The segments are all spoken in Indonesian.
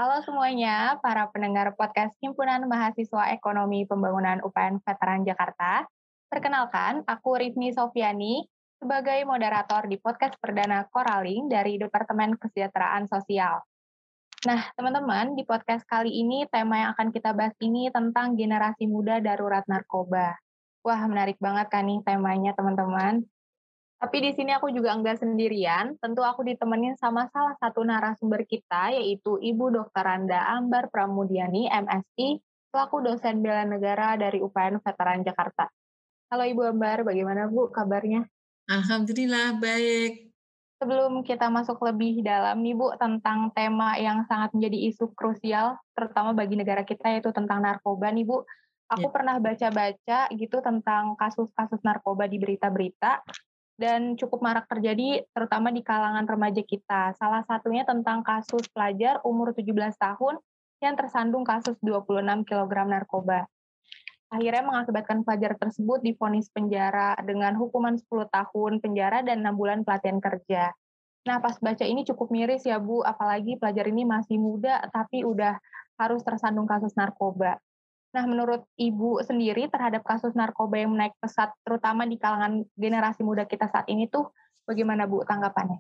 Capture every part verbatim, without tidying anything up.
Halo semuanya, para pendengar podcast Himpunan Mahasiswa Ekonomi Pembangunan U P N Veteran Jakarta. Perkenalkan, aku Rifni Sofiani sebagai moderator di podcast perdana Koraling dari Departemen Kesejahteraan Sosial. Nah, teman-teman, di podcast kali ini tema yang akan kita bahas ini tentang generasi muda darurat narkoba. Wah, menarik banget kan nih temanya, teman-teman. Tapi di sini aku juga enggak sendirian, tentu aku ditemenin sama salah satu narasumber kita, yaitu Ibu Dokter Randa Ambar Pramudiani, M Si, selaku dosen bela negara dari U P N Veteran Jakarta. Halo Ibu Ambar, bagaimana Bu kabarnya? Alhamdulillah baik. Sebelum kita masuk lebih dalam nih Bu, tentang tema yang sangat menjadi isu krusial, terutama bagi negara kita, yaitu tentang narkoba nih Bu. Ya. Aku pernah baca-baca gitu tentang kasus-kasus narkoba di berita-berita, dan cukup marak terjadi terutama di kalangan remaja kita. Salah satunya tentang kasus pelajar umur tujuh belas tahun yang tersandung kasus dua puluh enam kilogram narkoba. Akhirnya mengakibatkan pelajar tersebut divonis penjara dengan hukuman sepuluh tahun penjara dan enam bulan pelatihan kerja. Nah, pas baca ini cukup miris ya Bu, apalagi pelajar ini masih muda tapi udah harus tersandung kasus narkoba. Nah, menurut Ibu sendiri terhadap kasus narkoba yang naik pesat, terutama di kalangan generasi muda kita saat ini tuh, bagaimana Bu tanggapannya?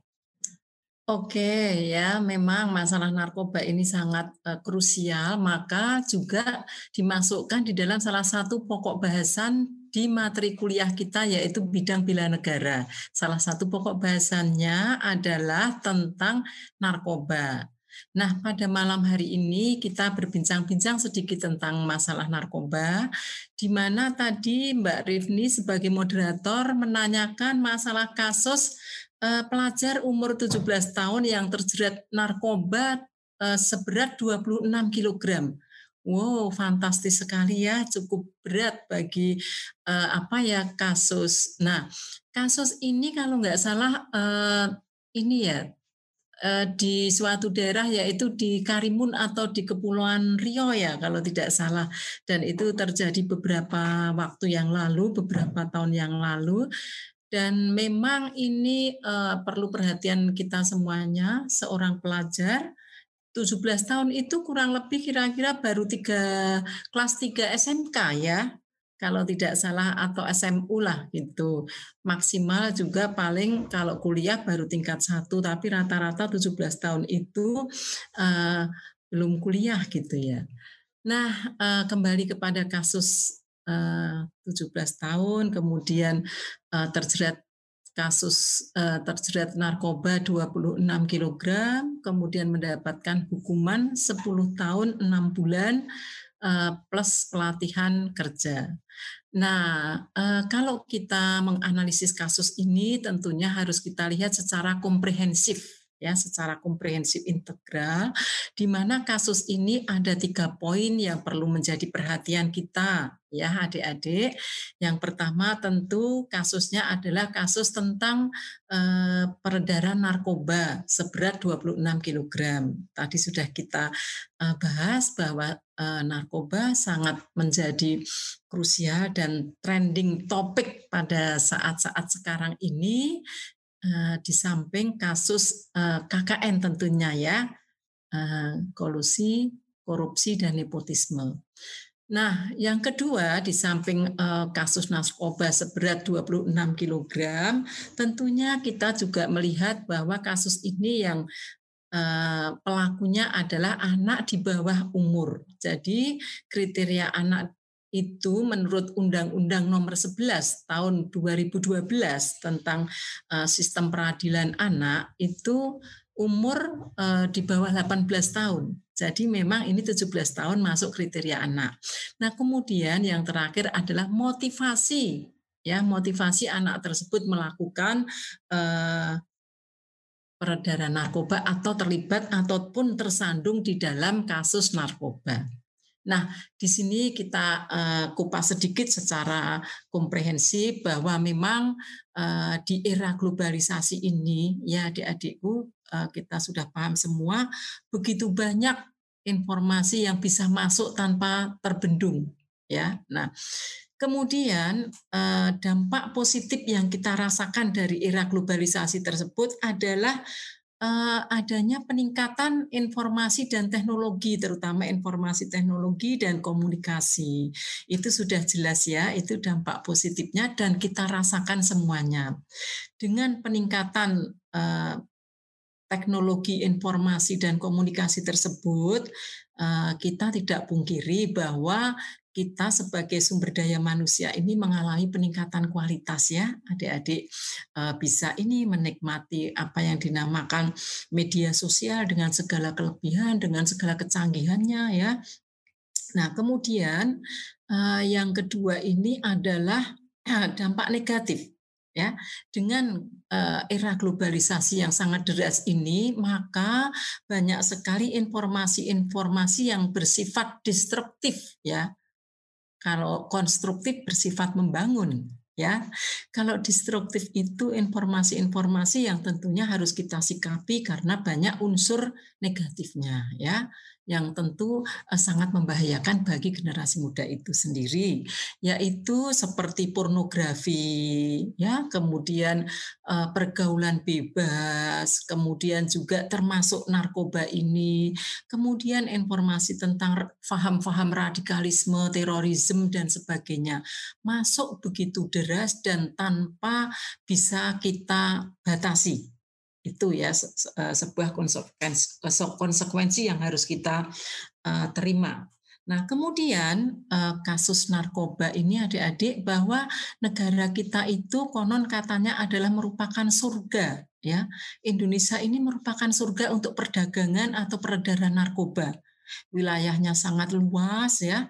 Oke, ya memang masalah narkoba ini sangat uh, krusial, maka juga dimasukkan di dalam salah satu pokok bahasan di materi kuliah kita, yaitu bidang bela negara. Salah satu pokok bahasannya adalah tentang narkoba. Nah, pada malam hari ini kita berbincang-bincang sedikit tentang masalah narkoba, di mana tadi Mbak Rifni sebagai moderator menanyakan masalah kasus eh, pelajar umur tujuh belas tahun yang terjerat narkoba eh, seberat dua puluh enam kilogram. Wow, fantastis sekali ya, cukup berat bagi eh, apa ya kasus. Nah, kasus ini kalau nggak salah eh, ini ya eh, di suatu daerah yaitu di Karimun atau di Kepulauan Riau ya kalau tidak salah, dan itu terjadi beberapa waktu yang lalu, beberapa tahun yang lalu, dan memang ini eh, perlu perhatian kita semuanya. Seorang pelajar tujuh belas tahun itu kurang lebih kira-kira baru tiga kelas tiga S M K ya, kalau tidak salah, atau S M U lah gitu. Maksimal juga paling kalau kuliah baru tingkat satu, tapi rata-rata tujuh belas tahun itu uh, belum kuliah gitu ya. Nah, uh, kembali kepada kasus uh, tujuh belas tahun, kemudian uh, terjerat kasus uh, terjerat narkoba dua puluh enam kilogram, kemudian mendapatkan hukuman sepuluh tahun enam bulan uh, plus pelatihan kerja. Nah, uh, kalau kita menganalisis kasus ini tentunya harus kita lihat secara komprehensif, ya, secara komprehensif integral, di mana kasus ini ada tiga poin yang perlu menjadi perhatian kita, ya adik-adik. Yang pertama tentu kasusnya adalah kasus tentang eh, peredaran narkoba seberat dua puluh enam kilogram. Tadi sudah kita eh, bahas bahwa eh, narkoba sangat menjadi krusial dan trending topik pada saat-saat sekarang ini, eh, di samping kasus eh, K K N tentunya ya, eh, kolusi, korupsi, dan nepotisme. Nah, yang kedua, di samping eh, kasus narkoba seberat dua puluh enam kilogram, tentunya kita juga melihat bahwa kasus ini yang eh, pelakunya adalah anak di bawah umur. Jadi kriteria anak itu menurut Undang-Undang Nomor sebelas Tahun dua ribu dua belas tentang eh, sistem peradilan anak itu umur eh, di bawah delapan belas tahun. Jadi memang ini tujuh belas tahun masuk kriteria anak. Nah, kemudian yang terakhir adalah motivasi, ya, motivasi anak tersebut melakukan eh, peredaran narkoba atau terlibat ataupun tersandung di dalam kasus narkoba. Nah, di sini kita uh, kupas sedikit secara komprehensif bahwa memang uh, di era globalisasi ini, ya adik-adikku, uh, kita sudah paham semua, begitu banyak informasi yang bisa masuk tanpa terbendung. Ya, nah, kemudian uh, dampak positif yang kita rasakan dari era globalisasi tersebut adalah uh, adanya peningkatan informasi dan teknologi, terutama informasi teknologi dan komunikasi. Itu sudah jelas ya, itu dampak positifnya dan kita rasakan semuanya. Dengan peningkatan uh, teknologi informasi dan komunikasi tersebut, kita tidak pungkiri bahwa kita sebagai sumber daya manusia ini mengalami peningkatan kualitas ya, adik-adik bisa ini menikmati apa yang dinamakan media sosial dengan segala kelebihan, dengan segala kecanggihannya ya. Nah, kemudian yang kedua ini adalah dampak negatif. Ya, dengan uh, era globalisasi yang sangat deras ini, maka banyak sekali informasi-informasi yang bersifat destruktif, ya. Kalau konstruktif bersifat membangun, ya. Kalau destruktif itu informasi-informasi yang tentunya harus kita sikapi karena banyak unsur negatifnya, ya, yang tentu sangat membahayakan bagi generasi muda itu sendiri, yaitu seperti pornografi, ya, kemudian uh, pergaulan bebas, kemudian juga termasuk narkoba ini, kemudian informasi tentang paham-paham radikalisme, terorisme dan sebagainya masuk begitu deras dan tanpa bisa kita batasi. Itu ya sebuah konsekuensi, konsekuensi yang harus kita uh, terima. Nah, kemudian uh, kasus narkoba ini adik-adik bahwa negara kita itu konon katanya adalah merupakan surga, ya. Indonesia ini merupakan surga untuk perdagangan atau peredaran narkoba. Wilayahnya sangat luas ya.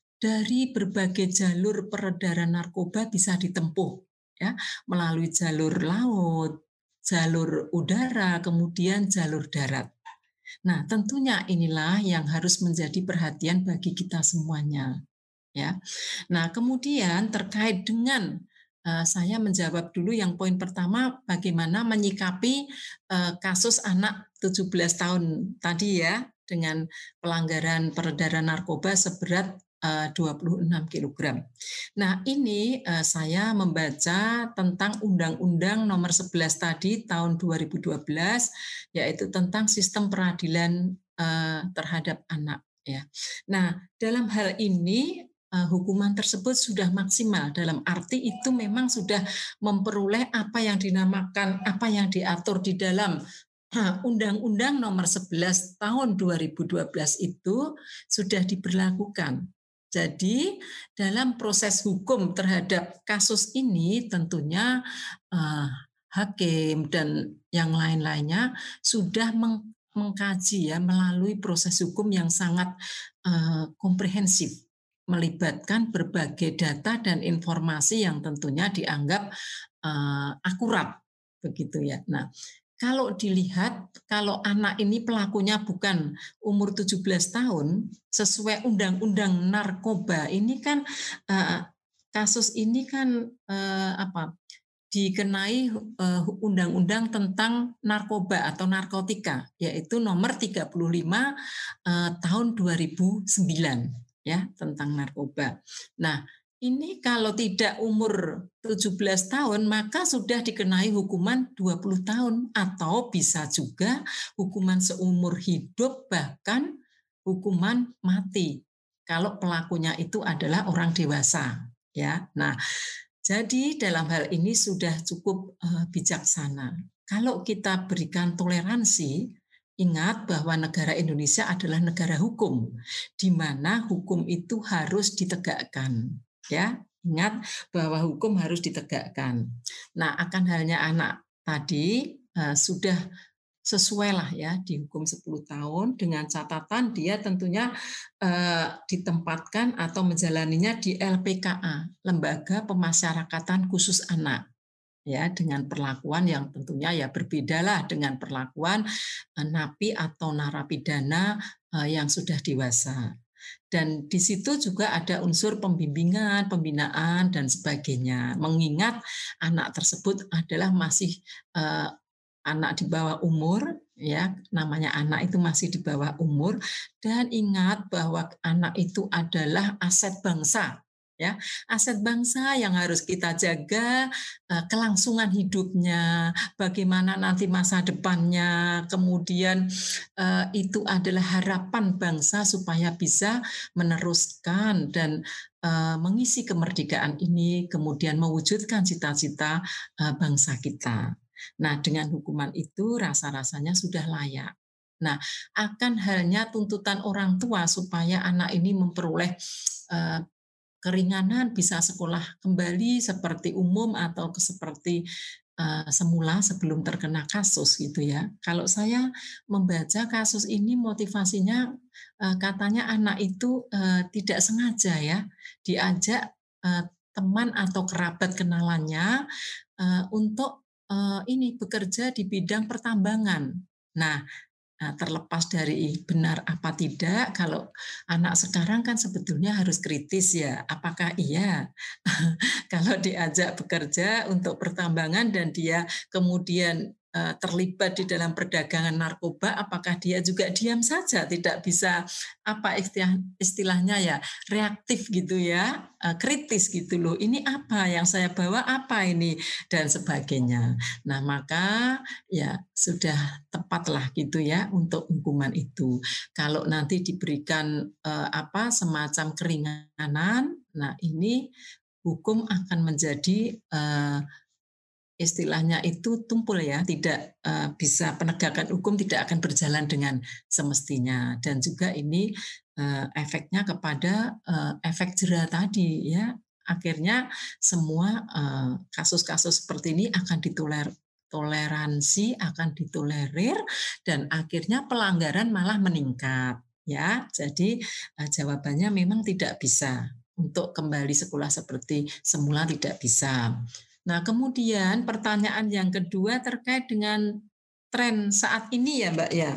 Dari berbagai jalur peredaran narkoba bisa ditempuh ya, melalui jalur laut, jalur udara, kemudian jalur darat. Nah, tentunya inilah yang harus menjadi perhatian bagi kita semuanya. Ya. Nah, kemudian terkait dengan uh, saya menjawab dulu yang poin pertama, bagaimana menyikapi uh, kasus anak tujuh belas tahun tadi ya, dengan pelanggaran peredaran narkoba seberat dua puluh enam kilogram. Nah, ini uh, saya membaca tentang Undang-Undang Nomor sebelas tadi tahun dua ribu dua belas, yaitu tentang sistem peradilan uh, terhadap anak. Ya. Nah, dalam hal ini uh, hukuman tersebut sudah maksimal, dalam arti itu memang sudah memperoleh apa yang dinamakan, apa yang diatur di dalam Undang-Undang Nomor sebelas tahun dua ribu dua belas itu sudah diberlakukan. Jadi dalam proses hukum terhadap kasus ini tentunya uh, hakim dan yang lain-lainnya sudah meng, mengkaji ya melalui proses hukum yang sangat uh, komprehensif, melibatkan berbagai data dan informasi yang tentunya dianggap uh, akurat begitu ya. Nah, kalau dilihat, kalau anak ini pelakunya bukan umur tujuh belas tahun, sesuai undang-undang narkoba, ini kan uh, kasus ini kan uh, apa dikenai uh, undang-undang tentang narkoba atau narkotika, yaitu nomor tiga puluh lima uh, tahun dua ribu sembilan, ya, tentang narkoba. Nah, ini kalau tidak umur tujuh belas tahun, maka sudah dikenai hukuman dua puluh tahun atau bisa juga hukuman seumur hidup, bahkan hukuman mati kalau pelakunya itu adalah orang dewasa, ya. Nah, jadi dalam hal ini sudah cukup uh, bijaksana. Kalau kita berikan toleransi, ingat bahwa negara Indonesia adalah negara hukum, di mana hukum itu harus ditegakkan. Ya, ingat bahwa hukum harus ditegakkan. Nah, akan halnya anak tadi uh, sudah sesuai lah ya dihukum sepuluh tahun dengan catatan dia tentunya uh, ditempatkan atau menjalaninya di L P K A, Lembaga Pemasyarakatan Khusus Anak. Ya, dengan perlakuan yang tentunya ya berbedalah dengan perlakuan uh, napi atau narapidana uh, yang sudah dewasa. Dan di situ juga ada unsur pembimbingan, pembinaan, dan sebagainya. Mengingat anak tersebut adalah masih uh, anak di bawah umur, ya, namanya anak itu masih di bawah umur, dan ingat bahwa anak itu adalah aset bangsa. ya. Aset bangsa yang harus kita jaga, uh, kelangsungan hidupnya, bagaimana nanti masa depannya, kemudian uh, itu adalah harapan bangsa supaya bisa meneruskan dan uh, mengisi kemerdekaan ini, kemudian mewujudkan cita-cita uh, bangsa kita. Nah, dengan hukuman itu rasa-rasanya sudah layak. Nah, akan halnya tuntutan orang tua supaya anak ini memperoleh uh, keringanan, bisa sekolah kembali seperti umum atau seperti uh, semula sebelum terkena kasus gitu ya. Kalau saya membaca kasus ini motivasinya uh, katanya anak itu uh, tidak sengaja ya diajak uh, teman atau kerabat kenalannya uh, untuk uh, ini bekerja di bidang pertambangan. Nah, Nah, terlepas dari benar apa tidak, kalau anak sekarang kan sebetulnya harus kritis ya. Apakah iya kalau diajak bekerja untuk pertambangan dan dia kemudian uh, terlibat di dalam perdagangan narkoba, apakah dia juga diam saja, tidak bisa apa istilah, istilahnya ya reaktif gitu ya, uh, kritis gitu loh. Ini apa yang saya bawa apa ini dan sebagainya. Nah maka ya sudah tepatlah gitu ya untuk hukuman itu. Kalau nanti diberikan uh, apa semacam keringanan, nah ini hukum akan menjadi uh, istilahnya itu tumpul ya, tidak uh, bisa penegakan hukum tidak akan berjalan dengan semestinya dan juga ini uh, efeknya kepada uh, efek jera tadi ya. Akhirnya semua uh, kasus-kasus seperti ini akan ditoler toleransi, akan ditolerir dan akhirnya pelanggaran malah meningkat ya. Jadi uh, jawabannya memang tidak bisa untuk kembali sekolah seperti semula tidak bisa. Nah, kemudian pertanyaan yang kedua terkait dengan tren saat ini ya, Mbak ya.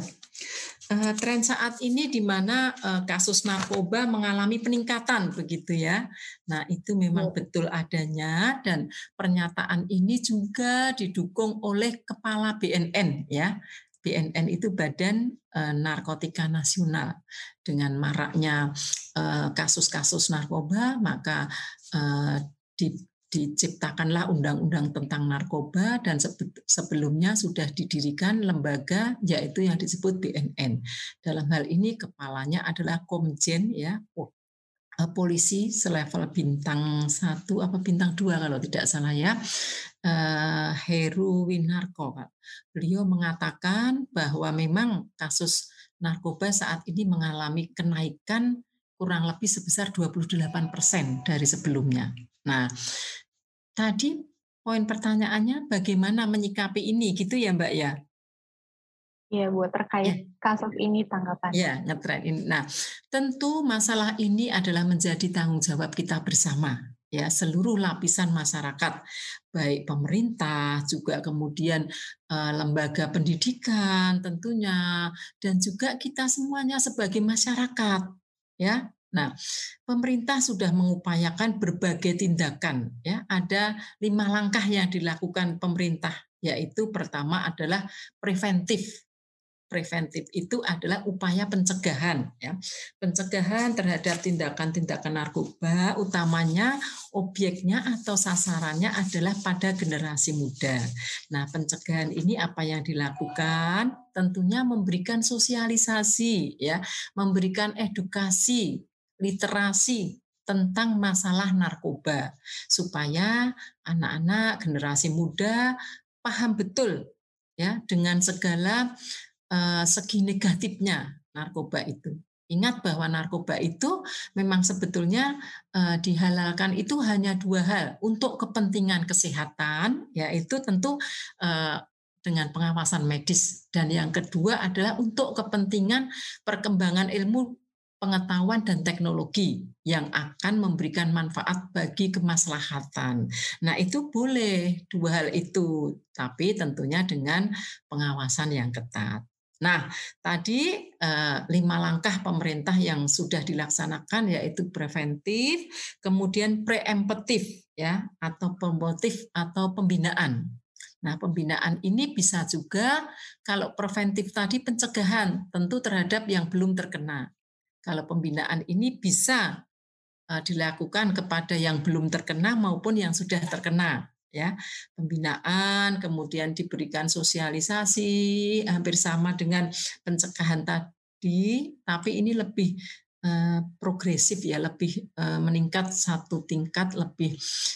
Uh, tren saat ini di mana uh, kasus narkoba mengalami peningkatan begitu ya. Nah, itu memang betul adanya dan pernyataan ini juga didukung oleh Kepala B N N ya. B N N itu Badan uh, Narkotika Nasional. Dengan maraknya uh, kasus-kasus narkoba, maka uh, di diciptakanlah undang-undang tentang narkoba dan sebelumnya sudah didirikan lembaga yaitu yang disebut B N N. Dalam hal ini kepalanya adalah Komjen ya, polisi selevel bintang satu apa bintang dua kalau tidak salah ya, Heru Winarko. Beliau mengatakan bahwa memang kasus narkoba saat ini mengalami kenaikan kurang lebih sebesar dua puluh delapan persen dari sebelumnya. Nah, tadi poin pertanyaannya bagaimana menyikapi ini gitu ya Mbak ya? Iya Bu, terkait ya. Kasus ini tanggapan. Ya, ngetren ini. Nah, tentu masalah ini adalah menjadi tanggung jawab kita bersama ya, seluruh lapisan masyarakat, baik pemerintah, juga kemudian eh, lembaga pendidikan tentunya, dan juga kita semuanya sebagai masyarakat ya. Nah, pemerintah sudah mengupayakan berbagai tindakan ya. Ada lima langkah yang dilakukan pemerintah, yaitu pertama adalah preventif. Preventif itu adalah upaya pencegahan ya. Pencegahan terhadap tindakan-tindakan narkoba utamanya objeknya atau sasarannya adalah pada generasi muda. Nah, pencegahan ini apa yang dilakukan? Tentunya memberikan sosialisasi ya, memberikan edukasi, literasi tentang masalah narkoba supaya anak-anak generasi muda paham betul ya dengan segala Uh, segi negatifnya narkoba itu. Ingat bahwa narkoba itu memang sebetulnya uh, dihalalkan itu hanya dua hal, untuk kepentingan kesehatan, yaitu tentu uh, dengan pengawasan medis, dan yang kedua adalah untuk kepentingan perkembangan ilmu pengetahuan dan teknologi yang akan memberikan manfaat bagi kemaslahatan. Nah, itu boleh dua hal itu, tapi tentunya dengan pengawasan yang ketat. Nah, tadi eh, lima langkah pemerintah yang sudah dilaksanakan yaitu preventif, kemudian preemptif ya, atau promotif atau pembinaan. Nah, pembinaan ini bisa juga kalau preventif tadi pencegahan tentu terhadap yang belum terkena. Kalau pembinaan ini bisa uh, dilakukan kepada yang belum terkena maupun yang sudah terkena. Ya, pembinaan, kemudian diberikan sosialisasi, hampir sama dengan pencegahan tadi, tapi ini lebih uh, progresif ya, lebih uh, meningkat satu tingkat lebih.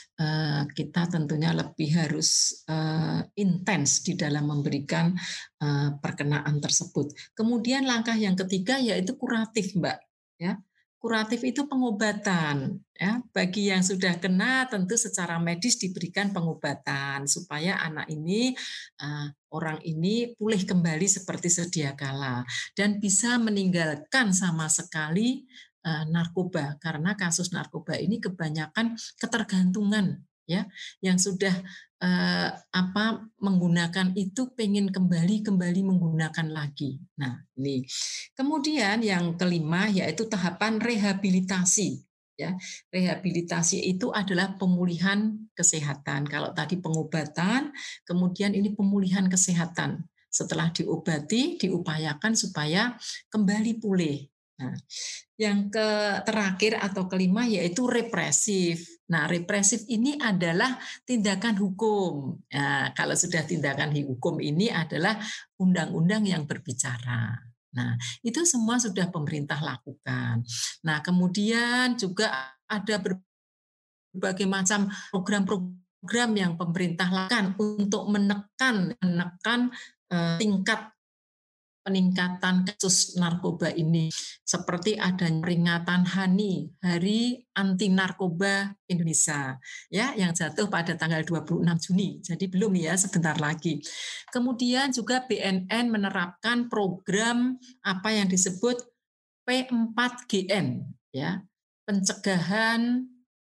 Uh, kita tentunya lebih harus uh, intens di dalam memberikan uh, perkenaan tersebut. Kemudian langkah yang ketiga yaitu kuratif, Mbak. Ya, kuratif itu pengobatan. Ya, bagi yang sudah kena tentu secara medis diberikan pengobatan supaya anak ini, uh, orang ini pulih kembali seperti sedia kala dan bisa meninggalkan sama sekali uh, narkoba, karena kasus narkoba ini kebanyakan ketergantungan ya, yang sudah uh, apa menggunakan itu pengen kembali kembali menggunakan lagi. Nah, ini. Kemudian yang kelima yaitu tahapan rehabilitasi. Ya, rehabilitasi itu adalah pemulihan kesehatan. Kalau tadi pengobatan, kemudian ini pemulihan kesehatan. Setelah diobati, diupayakan supaya kembali pulih. Nah, yang ke terakhir atau kelima yaitu represif. Nah, represif ini adalah tindakan hukum. Nah, kalau sudah tindakan hukum ini adalah undang-undang yang berbicara. Nah, itu semua sudah pemerintah lakukan. Nah, kemudian juga ada berbagai macam program-program yang pemerintah lakukan untuk menekan menekan eh, tingkat peningkatan kasus narkoba ini, seperti adanya peringatan H A N I, Hari Anti Narkoba Indonesia, ya, yang jatuh pada tanggal dua puluh enam Juni. Jadi belum ya, sebentar lagi. Kemudian juga B N N menerapkan program apa yang disebut P empat G N, ya, pencegahan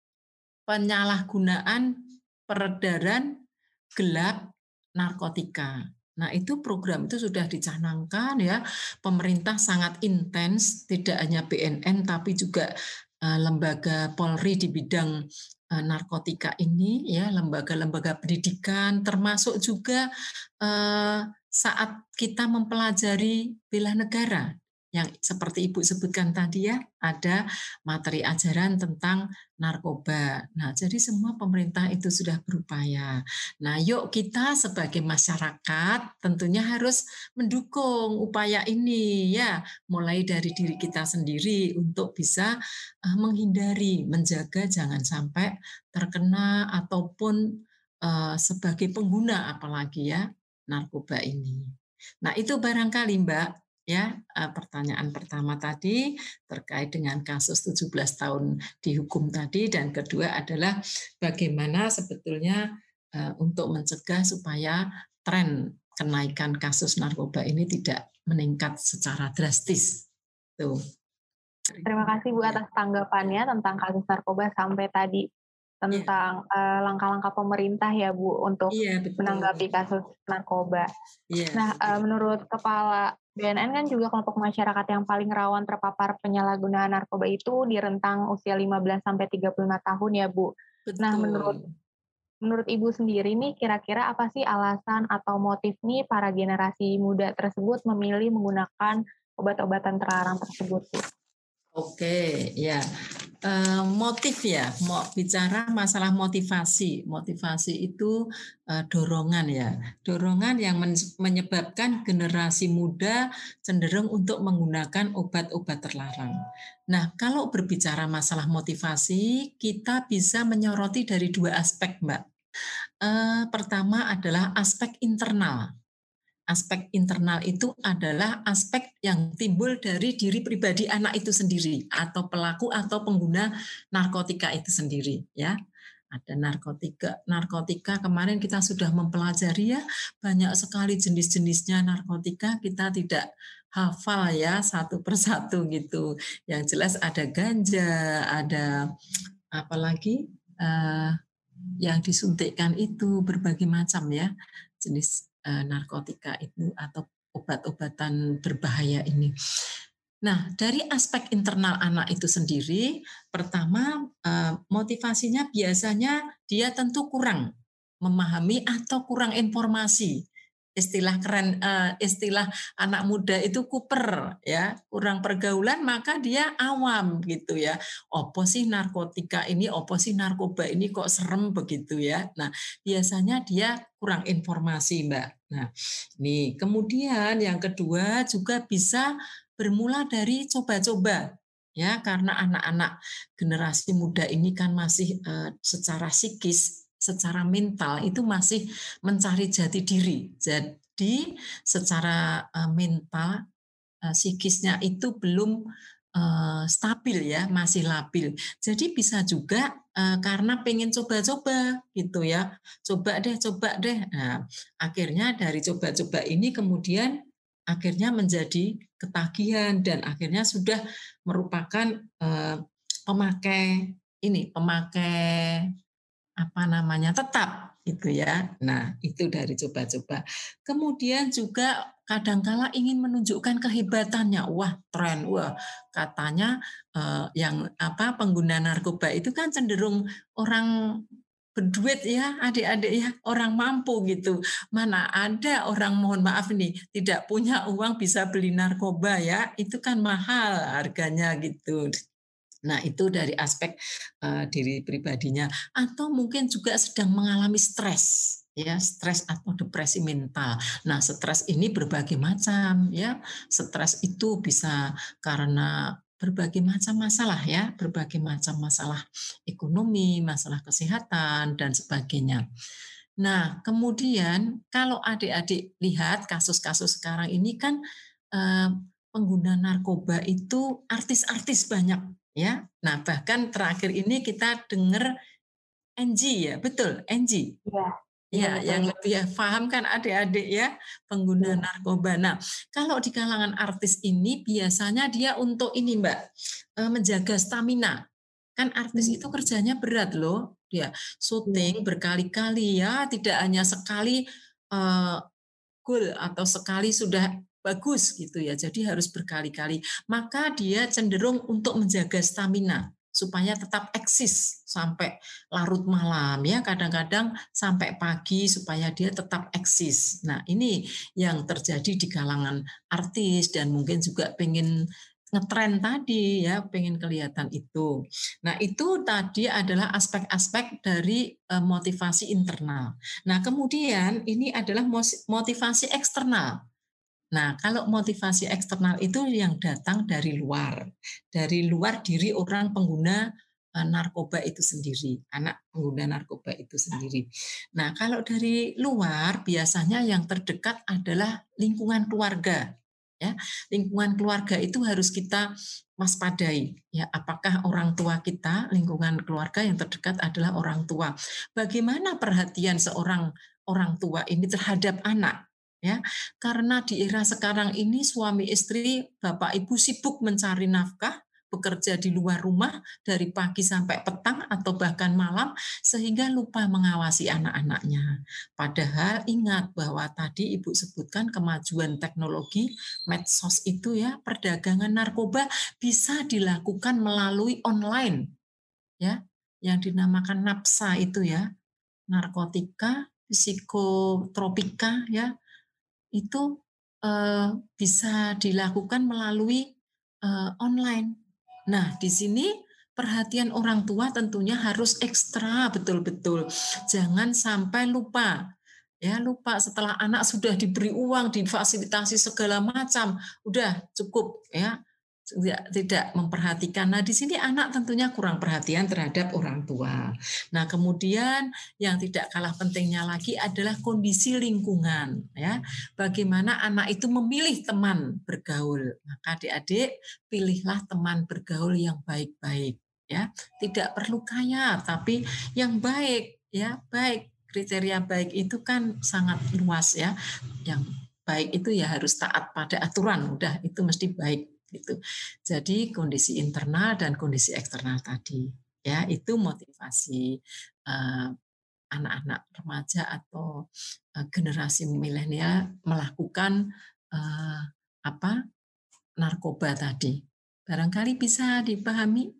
penyalahgunaan peredaran gelap narkotika. Nah, itu program itu sudah dicanangkan ya. Pemerintah sangat intens, tidak hanya B N N tapi juga uh, lembaga Polri di bidang uh, narkotika ini ya, lembaga-lembaga pendidikan, termasuk juga uh, saat kita mempelajari bela negara yang seperti Ibu sebutkan tadi ya, ada materi ajaran tentang narkoba. Nah, jadi semua pemerintah itu sudah berupaya. Nah, yuk kita sebagai masyarakat tentunya harus mendukung upaya ini ya, mulai dari diri kita sendiri untuk bisa uh, menghindari, menjaga jangan sampai terkena ataupun uh, sebagai pengguna apalagi ya narkoba ini. Nah, itu barangkali Mbak ya, pertanyaan pertama tadi terkait dengan kasus tujuh belas tahun dihukum tadi, dan kedua adalah bagaimana sebetulnya untuk mencegah supaya tren kenaikan kasus narkoba ini tidak meningkat secara drastis. Tuh. Terima kasih Bu atas tanggapannya tentang kasus narkoba sampai tadi tentang yeah. uh, langkah-langkah pemerintah ya Bu untuk yeah, menanggapi kasus narkoba. Yeah, nah, uh, menurut Kepala B N N kan juga kelompok masyarakat yang paling rawan terpapar penyalahgunaan narkoba itu di rentang usia lima belas sampai tiga puluh lima tahun ya Bu. Betul. Nah, menurut menurut Ibu sendiri nih kira-kira apa sih alasan atau motif nih para generasi muda tersebut memilih menggunakan obat-obatan terlarang tersebut Bu? Oke, ya. Uh, motif ya, mau bicara masalah motivasi. Motivasi itu uh, dorongan ya. Dorongan yang men- menyebabkan generasi muda cenderung untuk menggunakan obat-obat terlarang. Nah, kalau berbicara masalah motivasi, kita bisa menyoroti dari dua aspek, Mbak. Uh, pertama adalah aspek internal. Aspek internal itu adalah aspek yang timbul dari diri pribadi anak itu sendiri atau pelaku atau pengguna narkotika itu sendiri ya. Ada narkotika, narkotika kemarin kita sudah mempelajari ya, banyak sekali jenis-jenisnya narkotika, kita tidak hafal ya satu persatu gitu. Yang jelas ada ganja, ada apalagi uh, yang disuntikkan itu berbagai macam ya jenis narkotika itu atau obat-obatan berbahaya ini. Nah, dari aspek internal anak itu sendiri, pertama motivasinya biasanya dia tentu kurang memahami atau kurang informasi istilah keren, uh, istilah anak muda itu kuper ya, kurang pergaulan maka dia awam gitu ya. Opo sih narkotika ini, opo sih narkoba ini kok serem begitu ya. Nah, biasanya dia kurang informasi, Mbak. Nah, nih kemudian yang kedua juga bisa bermula dari coba-coba ya, karena anak-anak generasi muda ini kan masih uh, secara psikis, secara mental itu masih mencari jati diri. Jadi secara uh, mental, uh, psikisnya itu belum uh, stabil ya, masih labil. Jadi bisa juga uh, karena pengen coba-coba gitu ya, coba deh, coba deh. Nah, akhirnya dari coba-coba ini kemudian akhirnya menjadi ketagihan dan akhirnya sudah merupakan uh, pemakai ini, pemakai apa namanya, tetap gitu ya. Nah, itu dari coba-coba. Kemudian juga kadangkala ingin menunjukkan kehebatannya. Wah, tren. Wah, katanya eh, yang apa pengguna narkoba itu kan cenderung orang berduit ya, adik-adik ya, orang mampu gitu. Mana ada orang, mohon maaf nih, tidak punya uang bisa beli narkoba ya. Itu kan mahal harganya gitu. Nah, itu dari aspek uh, diri pribadinya, atau mungkin juga sedang mengalami stres, ya, stres atau depresi mental. Nah, stres ini berbagai macam, ya. Stres itu bisa karena berbagai macam masalah, ya, berbagai macam masalah ekonomi, masalah kesehatan, dan sebagainya. Nah, kemudian kalau adik-adik lihat kasus-kasus sekarang ini kan eh, pengguna narkoba itu artis-artis banyak ya. Nah, bahkan terakhir ini kita dengar N G ya, betul, N G. Iya, iya Ya, betul. yang lebih ya, paham kan adik-adik ya, pengguna Iya. narkoba. Nah, kalau di kalangan artis ini biasanya dia untuk ini Mbak, eh, menjaga stamina. Kan artis itu Hmm. kerjanya berat loh. Dia Iya. syuting berkali-kali ya, tidak hanya sekali eh, goal atau sekali sudah bagus gitu ya. Jadi harus berkali-kali. Maka dia cenderung untuk menjaga stamina supaya tetap eksis sampai larut malam ya, kadang-kadang sampai pagi supaya dia tetap eksis. Nah, ini yang terjadi di kalangan artis dan mungkin juga pengen ngetren tadi ya, pengen kelihatan itu. Nah, itu tadi adalah aspek-aspek dari motivasi internal. Nah, kemudian ini adalah motivasi eksternal. Nah, kalau motivasi eksternal itu yang datang dari luar, dari luar diri orang pengguna narkoba itu sendiri, anak pengguna narkoba itu sendiri. Nah, kalau dari luar biasanya yang terdekat adalah lingkungan keluarga. Ya, lingkungan keluarga itu harus kita waspadai. Ya, apakah orang tua kita, lingkungan keluarga yang terdekat adalah orang tua. Bagaimana perhatian seorang orang tua ini terhadap anak? Ya, karena di era sekarang ini suami istri, bapak ibu sibuk mencari nafkah, bekerja di luar rumah dari pagi sampai petang atau bahkan malam, sehingga lupa mengawasi anak-anaknya. Padahal ingat bahwa tadi Ibu sebutkan kemajuan teknologi medsos itu ya, perdagangan narkoba bisa dilakukan melalui online, ya, yang dinamakan NAPSA itu ya, narkotika, psikotropika ya, itu eh, bisa dilakukan melalui eh, online. Nah, di sini perhatian orang tua tentunya harus ekstra betul-betul. Jangan sampai lupa. Ya, lupa setelah anak sudah diberi uang, difasilitasi segala macam, udah cukup ya. Tidak, tidak memperhatikan. Nah, di sini anak tentunya kurang perhatian terhadap orang tua. Nah, kemudian yang tidak kalah pentingnya lagi adalah kondisi lingkungan ya. Bagaimana anak itu memilih teman bergaul. Maka adik-adik pilihlah teman bergaul yang baik-baik ya. Tidak perlu kaya tapi yang baik ya, baik. Kriteria baik itu kan sangat luas ya. Yang baik itu ya harus taat pada aturan, udah itu mesti baik gitu. Jadi kondisi internal dan kondisi eksternal tadi ya, itu motivasi uh, anak-anak remaja atau uh, generasi milenial melakukan uh, apa narkoba tadi. Barangkali bisa dipahami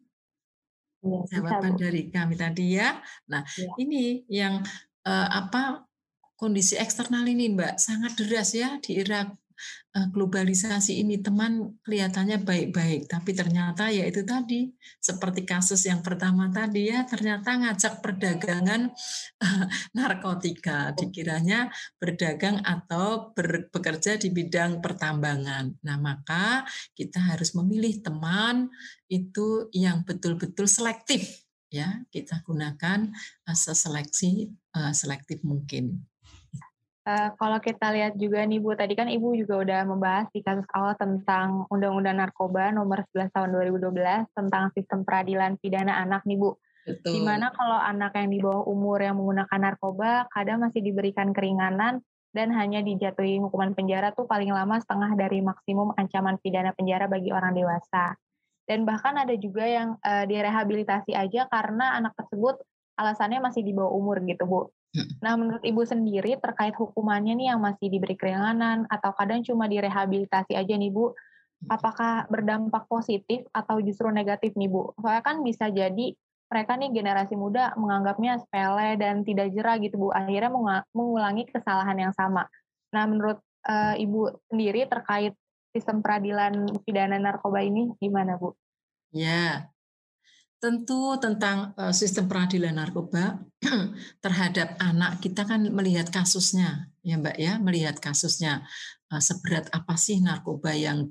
Iya, bisa, jawaban Bu. dari kami tadi ya. Nah, Iya. ini yang uh, apa kondisi eksternal ini Mbak sangat deras ya di era eh, globalisasi ini. Teman kelihatannya baik-baik, tapi ternyata ya itu tadi seperti kasus yang pertama tadi ya, ternyata ngajak perdagangan eh, narkotika, dikiranya berdagang atau ber- bekerja di bidang pertambangan. Nah, maka kita harus memilih teman itu yang betul-betul selektif ya, kita gunakan eh, seseleksi eh, selektif mungkin. Uh, kalau kita lihat juga nih Bu, tadi kan Ibu juga udah membahas di kasus awal tentang Undang-Undang Narkoba nomor sebelas tahun dua ribu dua belas tentang sistem peradilan pidana anak nih Bu. Di Betul. mana kalau anak yang di bawah umur yang menggunakan narkoba kadang masih diberikan keringanan dan hanya dijatuhi hukuman penjara tuh paling lama setengah dari maksimum ancaman pidana penjara bagi orang dewasa. Dan bahkan ada juga yang uh, direhabilitasi aja karena anak tersebut alasannya masih di bawah umur gitu Bu. Nah, menurut Ibu sendiri terkait hukumannya nih yang masih diberi keringanan atau kadang cuma direhabilitasi aja nih Bu, apakah berdampak positif atau justru negatif nih Bu? Soalnya kan bisa jadi mereka nih generasi muda menganggapnya sepele dan tidak jera gitu Bu, akhirnya mengulangi kesalahan yang sama. Nah, menurut uh, Ibu sendiri terkait sistem peradilan pidana narkoba ini gimana Bu? Ya, tentu tentang uh, sistem peradilan narkoba terhadap anak kita kan melihat kasusnya ya Mbak ya, melihat kasusnya uh, seberat apa sih narkoba yang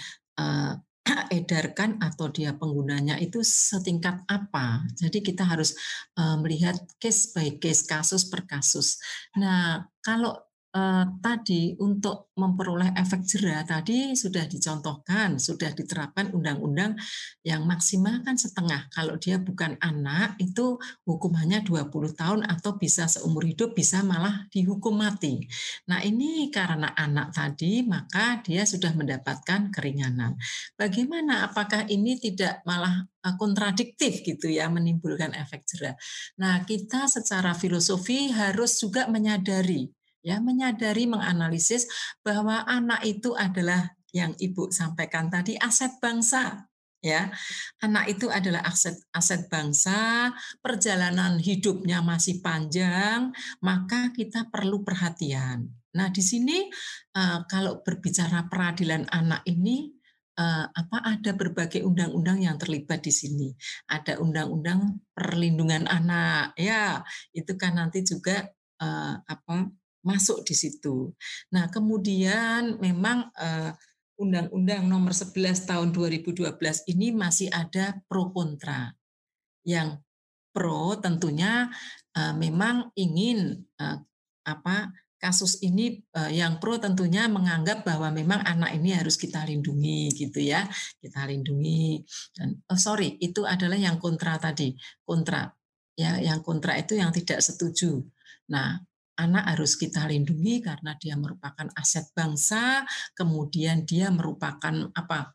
diedarkan uh, atau dia penggunanya itu setingkat apa. Jadi kita harus uh, melihat case by case, kasus per kasus. Nah, kalau Uh, tadi untuk memperoleh efek jera tadi sudah dicontohkan, sudah diterapkan undang-undang yang maksimal kan setengah. Kalau dia bukan anak itu hukumannya dua puluh tahun atau bisa seumur hidup, bisa malah dihukum mati. Nah ini karena anak tadi maka dia sudah mendapatkan keringanan. Bagaimana apakah ini tidak malah kontradiktif gitu ya, menimbulkan efek jera. Nah kita secara filosofi harus juga menyadari ya, menyadari menganalisis bahwa anak itu adalah yang Ibu sampaikan tadi aset bangsa. Ya, anak itu adalah aset aset bangsa, perjalanan hidupnya masih panjang, maka kita perlu perhatian. Nah, di sini uh, kalau berbicara peradilan anak ini uh, apa ada berbagai undang-undang yang terlibat di sini. Ada undang-undang perlindungan anak, ya itu kan nanti juga uh, apa masuk di situ. Nah, kemudian memang uh, Undang-Undang Nomor sebelas Tahun dua ribu dua belas ini masih ada pro kontra. Yang pro tentunya uh, memang ingin uh, apa kasus ini uh, yang pro tentunya menganggap bahwa memang anak ini harus kita lindungi gitu ya, kita lindungi. Dan oh sorry, itu adalah yang kontra tadi, kontra. Ya, yang kontra itu yang tidak setuju. Nah, anak harus kita lindungi karena dia merupakan aset bangsa, kemudian dia merupakan apa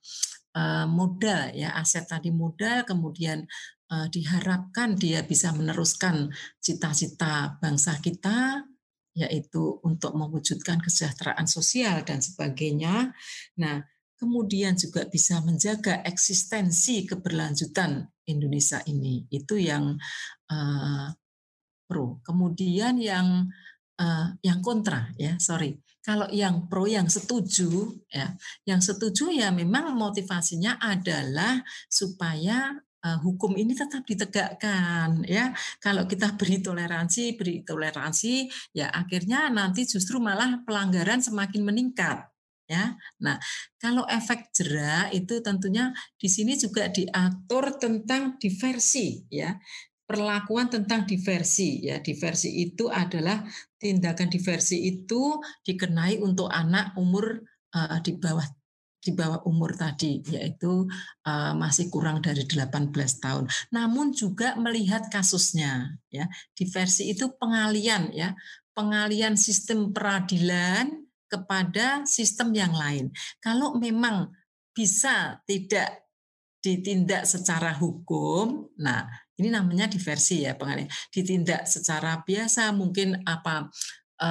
modal ya, aset tadi modal, kemudian diharapkan dia bisa meneruskan cita-cita bangsa kita, yaitu untuk mewujudkan kesejahteraan sosial dan sebagainya. Nah, kemudian juga bisa menjaga eksistensi keberlanjutan Indonesia ini. Itu yang uh, pro. Kemudian yang uh, yang kontra ya, sorry. Kalau yang pro, yang setuju ya, yang setuju ya memang motivasinya adalah supaya uh, hukum ini tetap ditegakkan ya. Kalau kita beri toleransi, beri toleransi, ya akhirnya nanti justru malah pelanggaran semakin meningkat. Ya, nah kalau efek jera itu tentunya di sini juga diatur tentang diversi ya, perlakuan tentang diversi ya. Diversi itu adalah tindakan diversi itu dikenai untuk anak umur uh, di bawah di bawah umur tadi, yaitu uh, masih kurang dari delapan belas tahun. Namun juga melihat kasusnya ya. Diversi itu pengalian ya, pengalian sistem peradilan kepada sistem yang lain. Kalau memang bisa tidak ditindak secara hukum, nah ini namanya diversi ya pengalian. Ditindak secara biasa mungkin apa eh,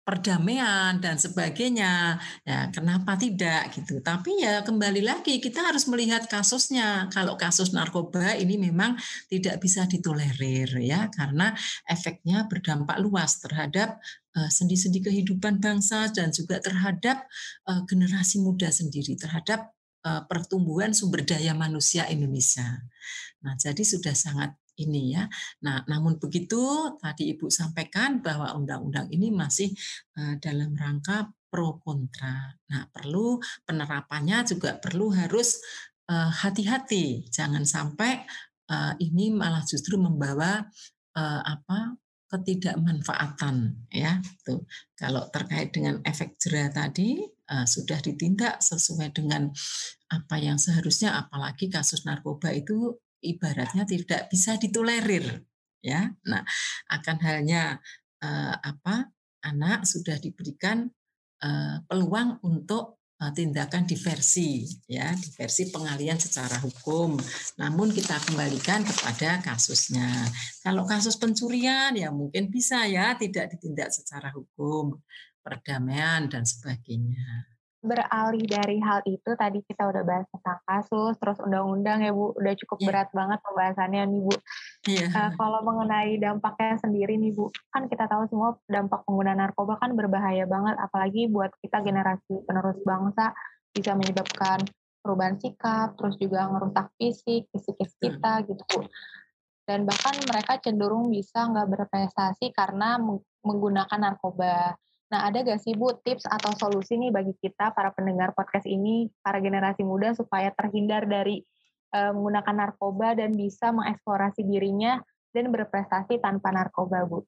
perdamaian dan sebagainya. Ya, kenapa tidak gitu. Tapi ya kembali lagi kita harus melihat kasusnya. Kalau kasus narkoba ini memang tidak bisa ditolerir ya, karena efeknya berdampak luas terhadap uh, sendi-sendi kehidupan bangsa dan juga terhadap uh, generasi muda sendiri, terhadap uh, pertumbuhan sumber daya manusia Indonesia. Nah, jadi sudah sangat ini ya. Nah, namun begitu tadi Ibu sampaikan bahwa undang-undang ini masih uh, dalam rangka pro kontra. Nah, perlu penerapannya juga perlu harus uh, hati-hati. Jangan sampai uh, ini malah justru membawa uh, apa ketidakmanfaatan ya. Tuh. Kalau terkait dengan efek jera tadi uh, sudah ditindak sesuai dengan apa yang seharusnya, apalagi kasus narkoba itu ibaratnya tidak bisa ditolerir ya. Nah, akan halnya eh, apa anak sudah diberikan eh, peluang untuk eh, tindakan diversi ya, diversi pengalian secara hukum. Namun kita kembalikan kepada kasusnya. Kalau kasus pencurian ya mungkin bisa ya tidak ditindak secara hukum, perdamaian dan sebagainya. Beralih dari hal itu, tadi kita udah bahas tentang kasus, terus undang-undang ya Bu, udah cukup Ya. berat banget pembahasannya nih Bu. Ya. Uh, kalau mengenai dampaknya sendiri nih Bu, kan kita tahu semua dampak penggunaan narkoba kan berbahaya banget, apalagi buat kita generasi penerus bangsa, bisa menyebabkan perubahan sikap, terus juga ngerusak fisik, psikis kita gitu Bu. Dan bahkan mereka cenderung bisa nggak berprestasi karena menggunakan narkoba. Nah, ada gak sih Bu tips atau solusi nih bagi kita para pendengar podcast ini, para generasi muda supaya terhindar dari uh, menggunakan narkoba dan bisa mengeksplorasi dirinya dan berprestasi tanpa narkoba, Bu?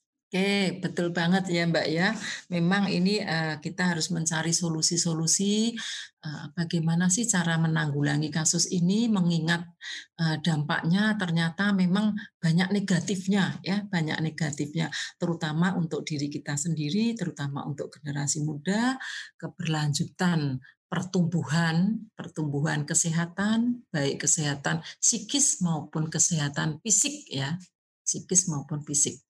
Oke, betul banget ya Mbak ya. Memang ini uh, kita harus mencari solusi-solusi uh, bagaimana sih cara menanggulangi kasus ini, mengingat uh, dampaknya ternyata memang banyak negatifnya ya, banyak negatifnya, terutama untuk diri kita sendiri, terutama untuk generasi muda, keberlanjutan pertumbuhan, pertumbuhan kesehatan, baik kesehatan psikis maupun kesehatan fisik ya, psikis maupun fisik.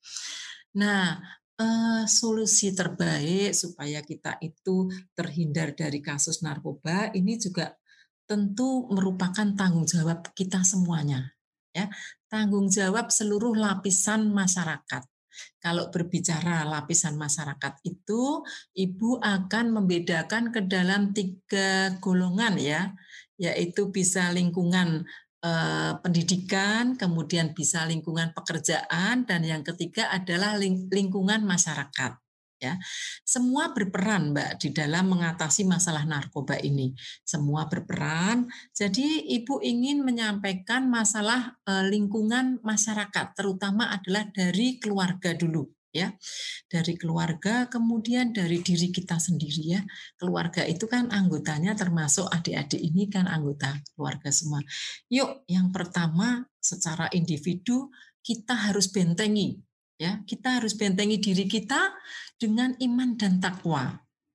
Nah, eh, solusi terbaik supaya kita itu terhindar dari kasus narkoba ini juga tentu merupakan tanggung jawab kita semuanya, ya. Tanggung jawab seluruh lapisan masyarakat. Kalau berbicara lapisan masyarakat itu, Ibu akan membedakan ke dalam tiga golongan ya, yaitu bisa lingkungan eh, pendidikan, kemudian bisa lingkungan pekerjaan, dan yang ketiga adalah ling lingkungan masyarakat. Ya, semua berperan Mbak di dalam mengatasi masalah narkoba ini. Semua berperan. Jadi Ibu ingin menyampaikan masalah eh, lingkungan masyarakat, terutama adalah dari keluarga dulu. Ya, dari keluarga, kemudian dari diri kita sendiri ya. Keluarga itu kan anggotanya termasuk adik-adik ini kan anggota keluarga semua. Yuk, yang pertama secara individu kita harus bentengi ya. Kita harus bentengi diri kita dengan iman dan takwa.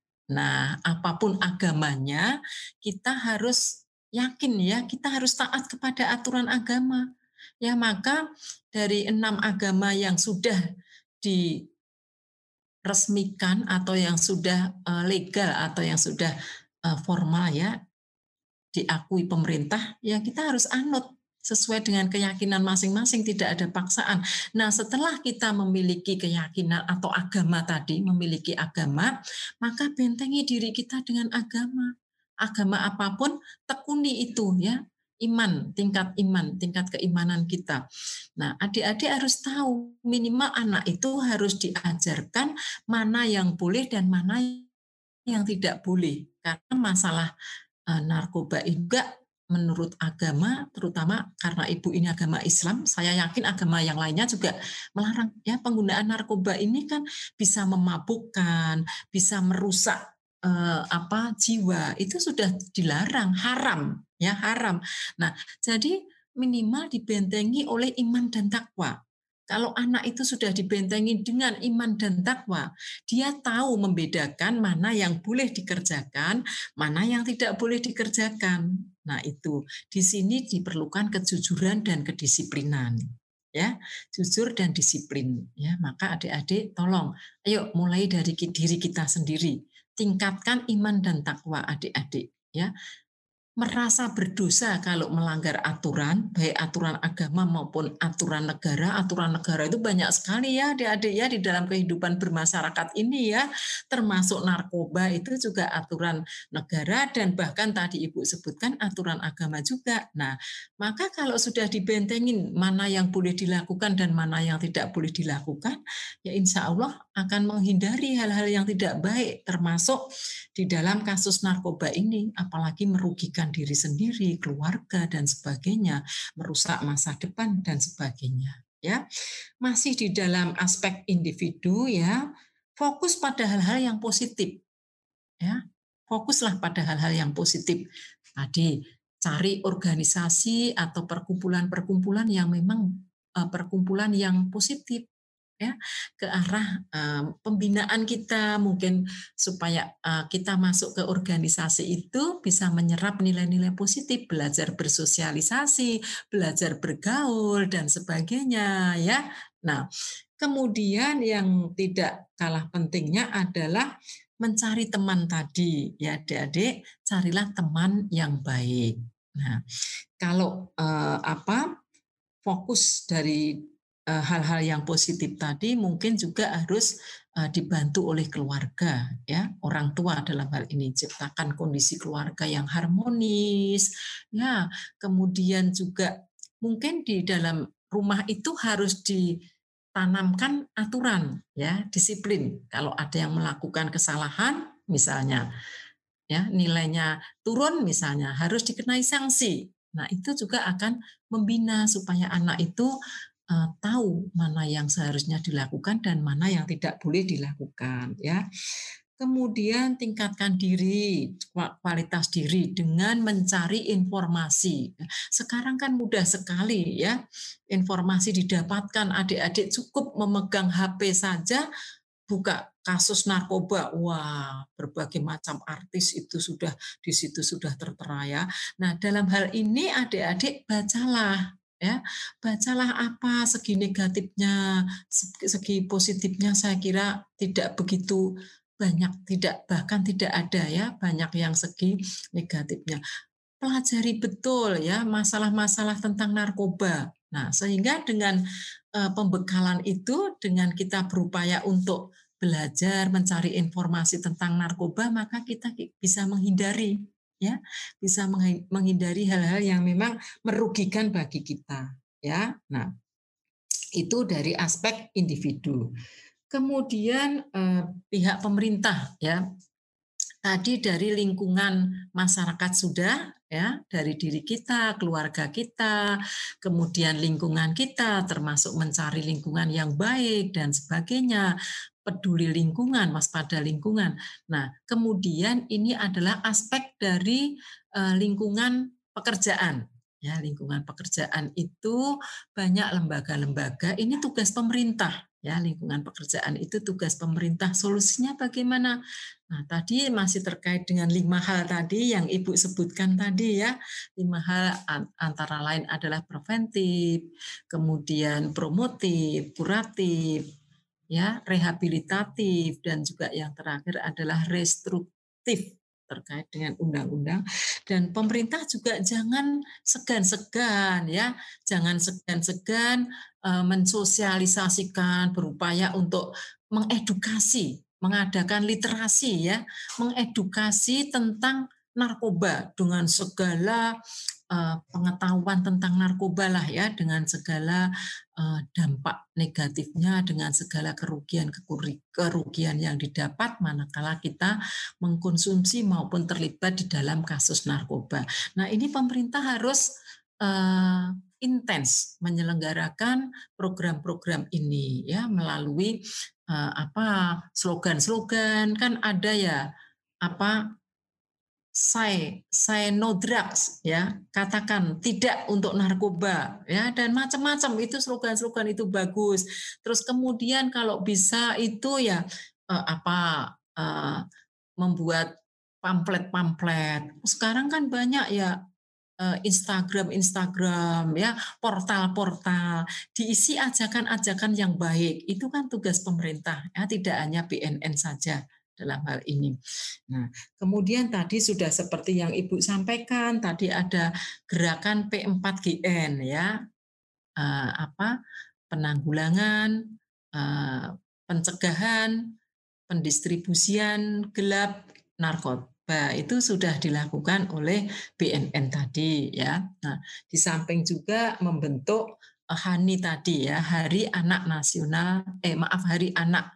Nah, apapun agamanya, kita harus yakin ya, kita harus taat kepada aturan agama. Ya, maka dari enam agama yang sudah diresmikan atau yang sudah legal atau yang sudah formal ya diakui pemerintah, ya kita harus anut sesuai dengan keyakinan masing-masing, tidak ada paksaan. Nah, setelah kita memiliki keyakinan atau agama tadi, memiliki agama, maka bentengi diri kita dengan agama. Agama apapun, tekuni itu ya. Iman, tingkat iman, tingkat keimanan kita. Nah, adik-adik harus tahu minimal anak itu harus diajarkan mana yang boleh dan mana yang tidak boleh. Karena masalah uh, narkoba juga menurut agama, terutama karena Ibu ini agama Islam, saya yakin agama yang lainnya juga melarang. Ya, penggunaan narkoba ini kan bisa memabukkan, bisa merusak eh, apa jiwa, itu sudah dilarang, haram, ya haram. Nah, jadi minimal dibentengi oleh iman dan takwa. Kalau anak itu sudah dibentengi dengan iman dan takwa, dia tahu membedakan mana yang boleh dikerjakan, mana yang tidak boleh dikerjakan. Nah, itu di sini diperlukan kejujuran dan kedisiplinan. ya, jujur dan disiplin, ya. Maka adik-adik tolong, ayo mulai dari diri kita sendiri, tingkatkan iman dan takwa adik-adik, ya. Merasa berdosa kalau melanggar aturan, baik aturan agama maupun aturan negara. Aturan negara itu banyak sekali ya adik-adik ya di dalam kehidupan bermasyarakat ini ya, termasuk narkoba itu juga aturan negara dan bahkan tadi Ibu sebutkan aturan agama juga. Nah, maka kalau sudah dibentengin mana yang boleh dilakukan dan mana yang tidak boleh dilakukan, ya insya Allah akan menghindari hal-hal yang tidak baik, termasuk di dalam kasus narkoba ini, apalagi merugikan diri sendiri, keluarga dan sebagainya, merusak masa depan dan sebagainya. Ya, masih di dalam aspek individu ya, fokus pada hal-hal yang positif. Ya, fokuslah pada hal-hal yang positif. Tadi cari organisasi atau perkumpulan-perkumpulan yang memang uh, perkumpulan yang positif ya ke arah um, pembinaan kita mungkin supaya uh, kita masuk ke organisasi itu bisa menyerap nilai-nilai positif, belajar bersosialisasi, belajar bergaul dan sebagainya ya. Nah, kemudian yang tidak kalah pentingnya adalah mencari teman tadi ya adik-adik, carilah teman yang baik. Nah, kalau uh, apa fokus dari uh, hal-hal yang positif tadi mungkin juga harus uh, dibantu oleh keluarga ya, orang tua dalam hal ini ciptakan kondisi keluarga yang harmonis ya, kemudian juga mungkin di dalam rumah itu harus ditanamkan aturan ya, disiplin. Kalau ada yang melakukan kesalahan misalnya ya nilainya turun misalnya harus dikenai sanksi. Nah, itu juga akan membina supaya anak itu uh, tahu mana yang seharusnya dilakukan dan mana yang tidak boleh dilakukan ya. Kemudian tingkatkan diri, kualitas diri dengan mencari informasi. Sekarang kan mudah sekali ya, informasi didapatkan, adik-adik cukup memegang H P saja, buka kasus narkoba, wah berbagai macam artis itu sudah di situ sudah tertera ya. Nah dalam hal ini adik-adik bacalah ya, bacalah apa segi negatifnya, segi positifnya saya kira tidak begitu banyak, tidak bahkan tidak ada ya, banyak yang segi negatifnya. Pelajari betul ya masalah-masalah tentang narkoba. Nah sehingga dengan uh, pembekalan itu, dengan kita berupaya untuk belajar mencari informasi tentang narkoba, maka kita bisa menghindari ya, bisa menghindari hal-hal yang memang merugikan bagi kita ya. Nah, itu dari aspek individu. Kemudian eh, pihak pemerintah ya. Tadi dari lingkungan masyarakat sudah ya, dari diri kita, keluarga kita, kemudian lingkungan kita termasuk mencari lingkungan yang baik dan sebagainya, peduli lingkungan, waspada lingkungan. Nah, kemudian ini adalah aspek dari uh, lingkungan pekerjaan. Ya, lingkungan pekerjaan itu banyak lembaga-lembaga, ini tugas pemerintah. Ya, lingkungan pekerjaan itu tugas pemerintah. Solusinya bagaimana? Nah, tadi masih terkait dengan lima hal tadi yang Ibu sebutkan tadi ya. Lima hal antara lain adalah preventif, kemudian promotif, kuratif, ya, rehabilitatif, dan juga yang terakhir adalah restruktif terkait dengan undang-undang. Dan pemerintah juga jangan segan-segan ya, jangan segan-segan uh, mensosialisasikan, berupaya untuk mengedukasi, mengadakan literasi ya, mengedukasi tentang narkoba dengan segala uh, pengetahuan tentang narkoba lah ya, dengan segala uh, dampak negatifnya, dengan segala kerugian kerugian yang didapat manakala kita mengkonsumsi maupun terlibat di dalam kasus narkoba. Nah, ini pemerintah harus uh, intens menyelenggarakan program-program ini ya melalui uh, apa slogan-slogan kan ada ya apa say say no drugs ya, katakan tidak untuk narkoba ya, dan macam-macam itu slogan-slogan itu bagus. Terus kemudian kalau bisa itu ya eh, apa eh, membuat pamflet-pamflet. Sekarang kan banyak ya eh, Instagram Instagram ya, portal-portal, diisi ajakan-ajakan yang baik. Itu kan tugas pemerintah ya, tidak hanya B N N saja dalam hal ini. Nah, kemudian tadi sudah seperti yang Ibu sampaikan, tadi ada gerakan P empat G N ya, eh, apa penanggulangan, eh, pencegahan, pendistribusian gelap narkoba itu sudah dilakukan oleh B N N tadi ya. Nah, di samping juga membentuk eh, HANI tadi ya, Hari Anak Nasional, eh maaf Hari Anak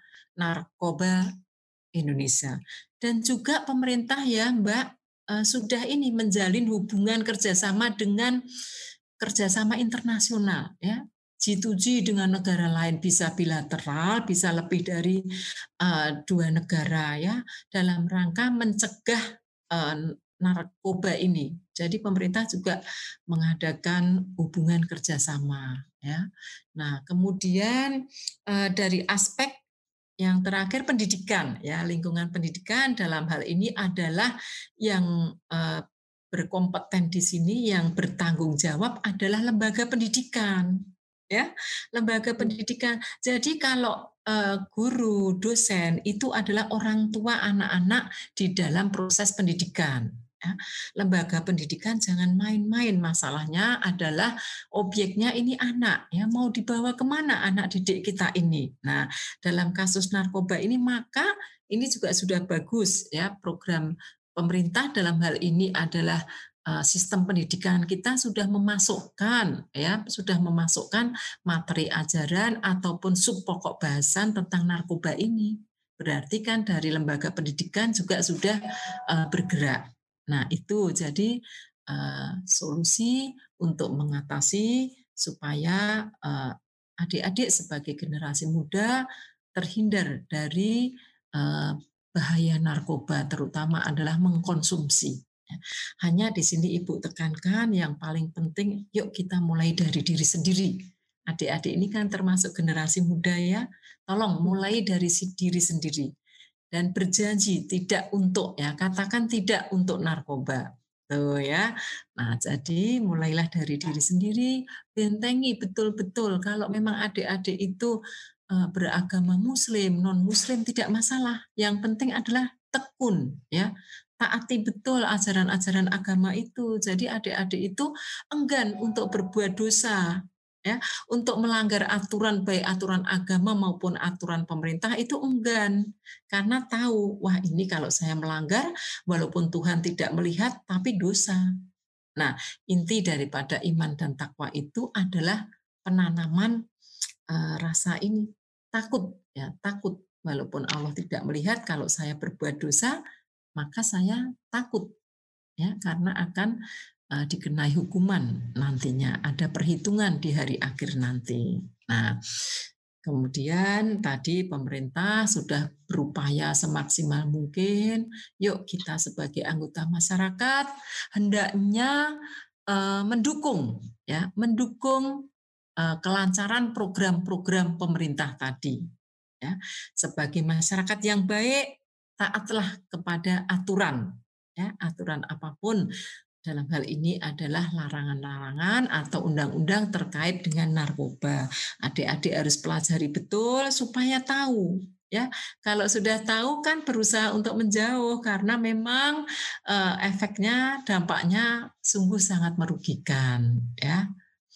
Narkoba Indonesia. Dan juga pemerintah ya Mbak eh, sudah ini menjalin hubungan kerjasama dengan kerjasama internasional ya. G dua G dengan negara lain bisa bilateral, bisa lebih dari uh, dua negara ya dalam rangka mencegah uh, narkoba ini. Jadi pemerintah juga mengadakan hubungan kerjasama ya. Nah kemudian uh, dari aspek yang terakhir pendidikan ya, lingkungan pendidikan dalam hal ini adalah yang uh, berkompeten di sini, yang bertanggung jawab adalah lembaga pendidikan ya, lembaga pendidikan. Jadi kalau uh, guru, dosen itu adalah orang tua anak-anak di dalam proses pendidikan. Ya. Lembaga pendidikan jangan main-main, masalahnya adalah objeknya ini anak ya, mau dibawa kemana anak didik kita ini. Nah dalam kasus narkoba ini maka ini juga sudah bagus ya, program pemerintah dalam hal ini adalah uh, sistem pendidikan kita sudah memasukkan ya, sudah memasukkan materi ajaran ataupun sub pokok bahasan tentang narkoba ini. Berarti kan dari lembaga pendidikan juga sudah uh, bergerak. Nah, itu jadi uh, solusi untuk mengatasi supaya uh, adik-adik sebagai generasi muda terhindar dari uh, bahaya narkoba, terutama adalah mengkonsumsi. Hanya di sini Ibu tekankan yang paling penting, yuk kita mulai dari diri sendiri. Adik-adik ini kan termasuk generasi muda ya, tolong mulai dari diri sendiri. Dan berjanji tidak untuk, ya katakan tidak untuk narkoba. Tuh ya. Nah, jadi mulailah dari diri sendiri, bentengi betul-betul kalau memang adik-adik itu beragama muslim, non-muslim tidak masalah. Yang penting adalah tekun ya. Taati betul ajaran-ajaran agama itu. Jadi adik-adik itu enggan untuk berbuat dosa. Ya, untuk melanggar aturan baik aturan agama maupun aturan pemerintah itu enggan, karena tahu wah ini kalau saya melanggar walaupun Tuhan tidak melihat tapi dosa. Nah inti daripada iman dan takwa itu adalah penanaman uh, rasa ini takut ya, takut walaupun Allah tidak melihat kalau saya berbuat dosa maka saya takut ya, karena akan uh, dikenai hukuman nantinya, ada perhitungan di hari akhir nanti. Nah, kemudian tadi pemerintah sudah berupaya semaksimal mungkin, yuk kita sebagai anggota masyarakat hendaknya uh, mendukung ya, mendukung uh, kelancaran program-program pemerintah tadi. Ya, sebagai masyarakat yang baik, taatlah kepada aturan. Ya, aturan apapun dalam hal ini adalah larangan-larangan atau undang-undang terkait dengan narkoba. Adik-adik harus pelajari betul supaya tahu. Ya, kalau sudah tahu kan berusaha untuk menjauh karena memang eh, efeknya, dampaknya sungguh sangat merugikan. Ya,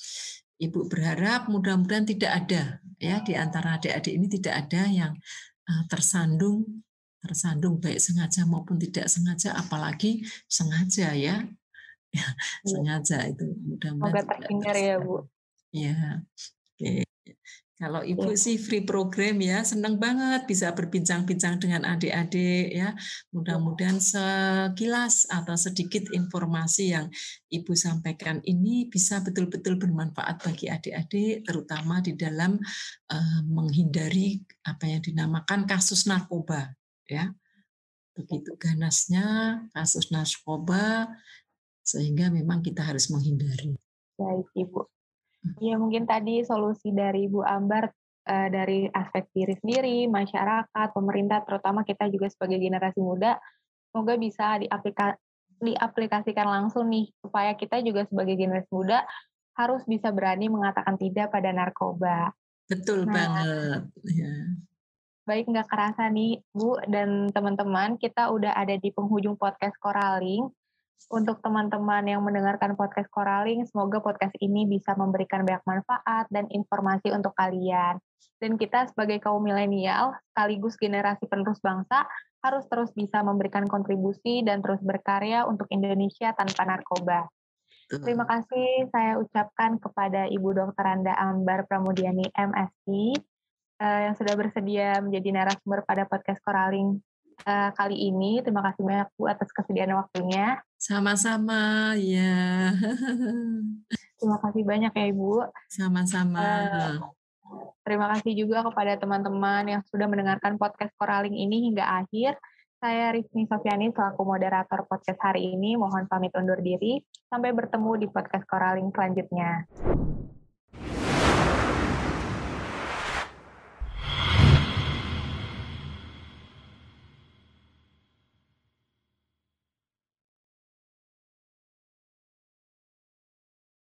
Ibu berharap mudah-mudahan tidak ada ya di antara adik-adik ini tidak ada yang uh, tersandung tersandung baik sengaja maupun tidak sengaja, apalagi sengaja ya, ya sengaja itu mudah-mudahan Semoga tidak terhindar ya Bu. tersandung. Ya, oke. Kalau Ibu sih free program ya, senang banget bisa berbincang-bincang dengan adik-adik ya. Mudah-mudahan sekilas atau sedikit informasi yang Ibu sampaikan ini bisa betul-betul bermanfaat bagi adik-adik, terutama di dalam uh, menghindari apa yang dinamakan kasus narkoba ya. Begitu ganasnya kasus narkoba sehingga memang kita harus menghindari. Baik Ibu. Ya mungkin tadi solusi dari Bu Ambar uh, dari aspek diri sendiri, masyarakat, pemerintah, terutama kita juga sebagai generasi muda, semoga bisa diaplikasikan diaplikasikan langsung nih, supaya kita juga sebagai generasi muda harus bisa berani mengatakan tidak pada narkoba. Betul Nah, banget. Ya. baik, nggak kerasa nih Bu dan teman-teman, kita udah ada di penghujung podcast Koraling. Untuk teman-teman yang mendengarkan podcast Koraling, semoga podcast ini bisa memberikan banyak manfaat dan informasi untuk kalian. Dan kita sebagai kaum milenial, sekaligus generasi penerus bangsa, harus terus bisa memberikan kontribusi dan terus berkarya untuk Indonesia tanpa narkoba. Terima Betul. kasih saya ucapkan kepada Ibu Dokter Anda Ambar Pramudiani M Si uh, yang sudah bersedia menjadi narasumber pada podcast Koraling uh, kali ini. Terima kasih banyak Bu atas kesediaan waktunya. Sama-sama, ya. Terima kasih banyak ya Ibu. Sama-sama. Uh, terima kasih juga kepada teman-teman yang sudah mendengarkan podcast Koraling ini hingga akhir. Saya Rizmi Sofiani selaku moderator podcast hari ini. Mohon pamit undur diri. Sampai bertemu di podcast Koraling selanjutnya.